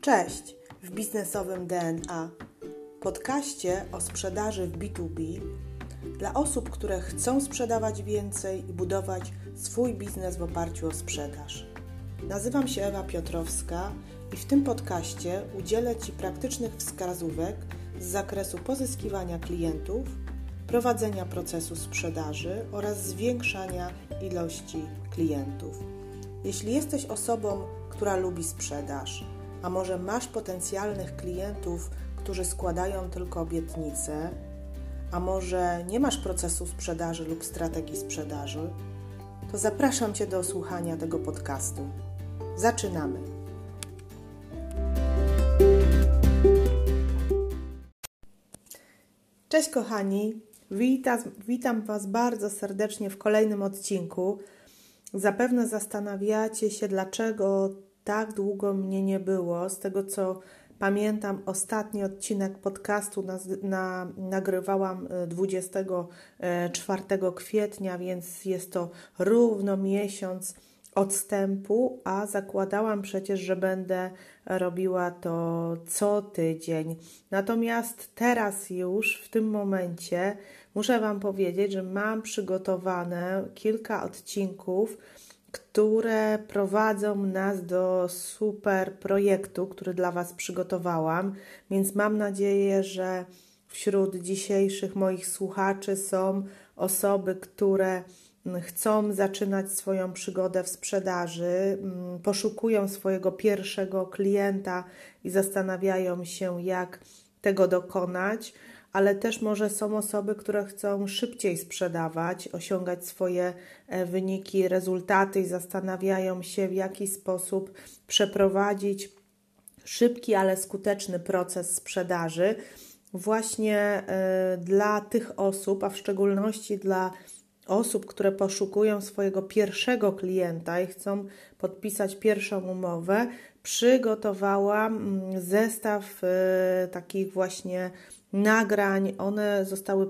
Cześć w biznesowym DNA, podcaście o sprzedaży w B2B dla osób, które chcą sprzedawać więcej i budować swój biznes w oparciu o sprzedaż. Nazywam się Ewa Piotrowska i w tym podcaście udzielę Ci praktycznych wskazówek z zakresu pozyskiwania klientów, prowadzenia procesu sprzedaży oraz zwiększania ilości klientów. Jeśli jesteś osobą, która lubi sprzedaż, a może masz potencjalnych klientów, którzy składają tylko obietnice, a może nie masz procesu sprzedaży lub strategii sprzedaży, to zapraszam Cię do słuchania tego podcastu. Zaczynamy! Cześć kochani, witam Was bardzo serdecznie w kolejnym odcinku. Zapewne zastanawiacie się, dlaczego tak długo mnie nie było. Z tego co pamiętam, ostatni odcinek podcastu nagrywałam 24 kwietnia, więc jest to równo miesiąc odstępu, a zakładałam przecież, że będę robiła to co tydzień. Natomiast teraz już w tym momencie muszę Wam powiedzieć, że mam przygotowane kilka odcinków, które prowadzą nas do super projektu, który dla Was przygotowałam, więc mam nadzieję, że wśród dzisiejszych moich słuchaczy są osoby, które chcą zaczynać swoją przygodę w sprzedaży, poszukują swojego pierwszego klienta i zastanawiają się, jak tego dokonać, ale też może są osoby, które chcą szybciej sprzedawać, osiągać swoje wyniki, rezultaty i zastanawiają się, w jaki sposób przeprowadzić szybki, ale skuteczny proces sprzedaży właśnie dla tych osób, a w szczególności dla osób, które poszukują swojego pierwszego klienta i chcą podpisać pierwszą umowę. Przygotowałam zestaw takich właśnie nagrań. One zostały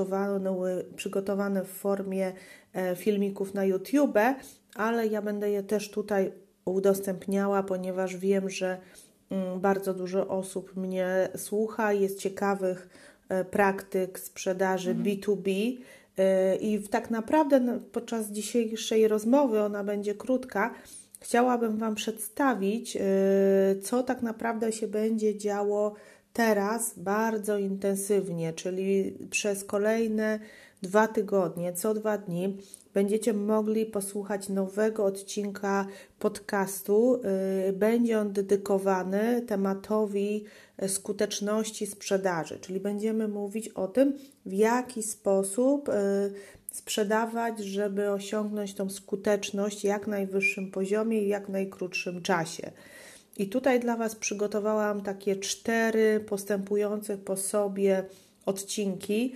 przygotowane w formie filmików na YouTube, ale ja będę je też tutaj udostępniała, ponieważ wiem, że bardzo dużo osób mnie słucha, jest ciekawych praktyk sprzedaży B2B i tak naprawdę podczas dzisiejszej rozmowy, ona będzie krótka, chciałabym Wam przedstawić, co tak naprawdę się będzie działo teraz bardzo intensywnie, czyli przez kolejne 2 tygodnie, co 2 dni będziecie mogli posłuchać nowego odcinka podcastu. Będzie on dedykowany tematowi skuteczności sprzedaży, czyli będziemy mówić o tym, w jaki sposób sprzedawać, żeby osiągnąć tą skuteczność w jak najwyższym poziomie i w jak najkrótszym czasie. I tutaj dla Was przygotowałam takie 4 postępujące po sobie odcinki,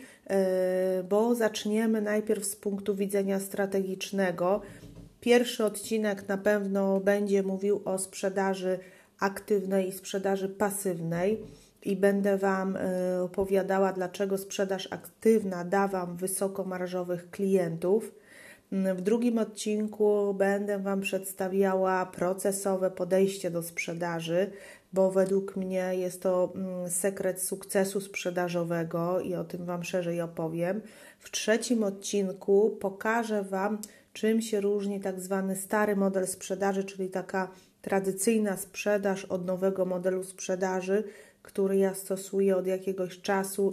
bo zaczniemy najpierw z punktu widzenia strategicznego. Pierwszy odcinek na pewno będzie mówił o sprzedaży aktywnej i sprzedaży pasywnej i będę Wam opowiadała, dlaczego sprzedaż aktywna da Wam wysokomarżowych klientów. W drugim odcinku będę Wam przedstawiała procesowe podejście do sprzedaży, bo według mnie jest to sekret sukcesu sprzedażowego i o tym Wam szerzej opowiem. W trzecim odcinku pokażę Wam, czym się różni tak zwany stary model sprzedaży, czyli taka tradycyjna sprzedaż od nowego modelu sprzedaży, który ja stosuję od jakiegoś czasu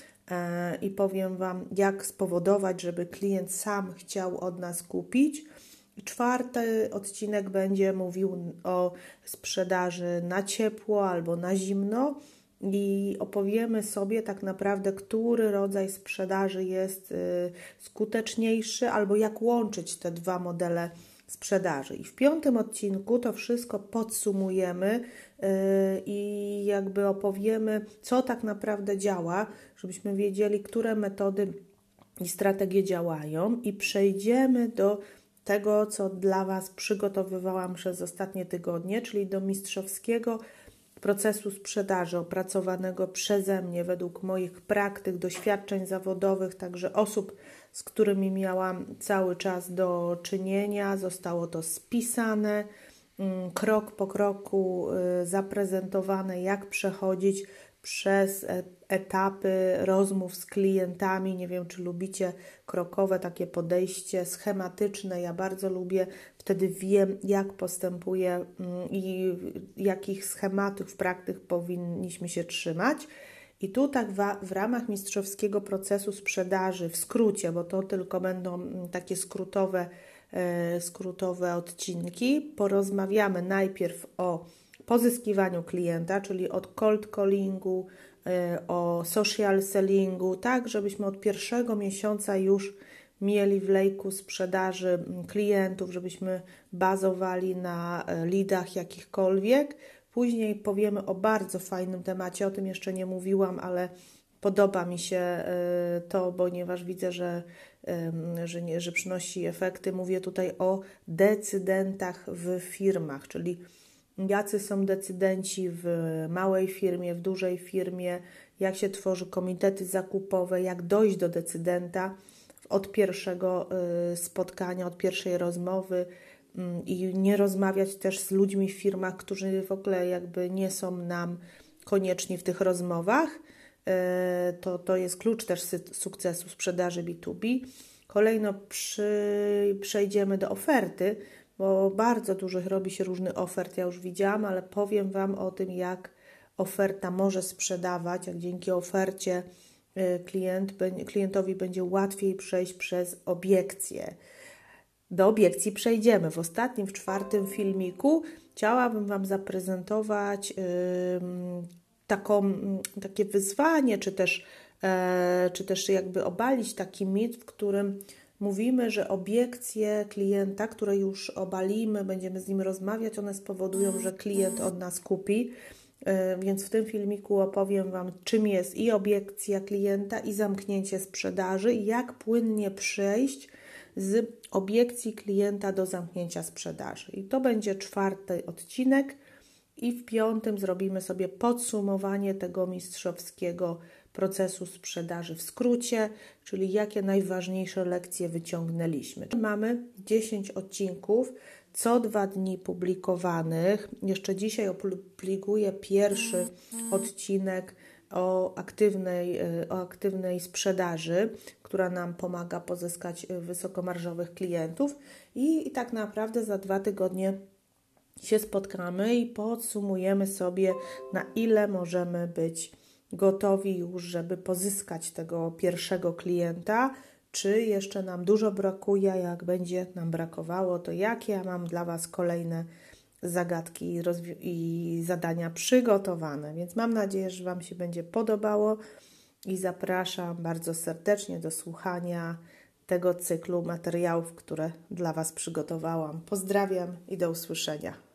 i powiem Wam, jak spowodować, żeby klient sam chciał od nas kupić. Czwarty odcinek będzie mówił o sprzedaży na ciepło albo na zimno i opowiemy sobie tak naprawdę, który rodzaj sprzedaży jest skuteczniejszy albo jak łączyć te 2 modele sprzedaży. I w 5. odcinku to wszystko podsumujemy i jakby opowiemy, co tak naprawdę działa, żebyśmy wiedzieli, które metody i strategie działają i przejdziemy do tego, co dla Was przygotowywałam przez ostatnie tygodnie, czyli do mistrzowskiego procesu sprzedaży opracowanego przeze mnie według moich praktyk, doświadczeń zawodowych, także osób, z którymi miałam cały czas do czynienia. Zostało to spisane krok po kroku zaprezentowane, jak przechodzić przez etapy rozmów z klientami. Nie wiem, czy lubicie krokowe takie podejście schematyczne. Ja bardzo lubię, wtedy wiem, jak postępuję i jakich schematów, praktyk powinniśmy się trzymać. I tu tak w ramach mistrzowskiego procesu sprzedaży, w skrócie, bo to tylko będą takie skrótowe odcinki, porozmawiamy najpierw o pozyskiwaniu klienta, czyli od cold callingu, o social sellingu, tak żebyśmy od pierwszego miesiąca już mieli w lejku sprzedaży klientów, żebyśmy bazowali na leadach jakichkolwiek. Później powiemy o bardzo fajnym temacie, o tym jeszcze nie mówiłam, ale podoba mi się to, ponieważ widzę, że przynosi efekty. Mówię tutaj o decydentach w firmach, czyli jacy są decydenci w małej firmie, w dużej firmie, jak się tworzy komitety zakupowe, jak dojść do decydenta od pierwszego spotkania, od pierwszej rozmowy i nie rozmawiać też z ludźmi w firmach, którzy w ogóle jakby nie są nam koniecznie w tych rozmowach. To jest klucz też sukcesu sprzedaży B2B. Kolejno przejdziemy do oferty, bo bardzo dużo robi się różnych ofert, ja już widziałam, ale powiem Wam o tym, jak oferta może sprzedawać, jak dzięki ofercie klientowi będzie łatwiej przejść przez obiekcje. Do obiekcji przejdziemy. W ostatnim, w 4. filmiku chciałabym Wam zaprezentować takie wyzwanie, czy też jakby obalić taki mit, w którym mówimy, że obiekcje klienta, które już obalimy, będziemy z nim rozmawiać, one spowodują, że klient od nas kupi. Więc w tym filmiku opowiem Wam, czym jest i obiekcja klienta, i zamknięcie sprzedaży, i jak płynnie przejść z obiekcji klienta do zamknięcia sprzedaży. I to będzie 4. odcinek i w 5. zrobimy sobie podsumowanie tego mistrzowskiego procesu sprzedaży w skrócie, czyli jakie najważniejsze lekcje wyciągnęliśmy. Mamy 10 odcinków, co 2 dni publikowanych. Jeszcze dzisiaj opublikuję pierwszy odcinek o aktywnej sprzedaży, która nam pomaga pozyskać wysokomarżowych klientów i tak naprawdę za 2 tygodnie się spotkamy i podsumujemy sobie, na ile możemy być gotowi już, żeby pozyskać tego pierwszego klienta, czy jeszcze nam dużo brakuje, jak będzie nam brakowało, to jakie ja mam dla Was kolejne zagadki i zadania przygotowane. Więc mam nadzieję, że Wam się będzie podobało i zapraszam bardzo serdecznie do słuchania tego cyklu materiałów, które dla Was przygotowałam. Pozdrawiam i do usłyszenia.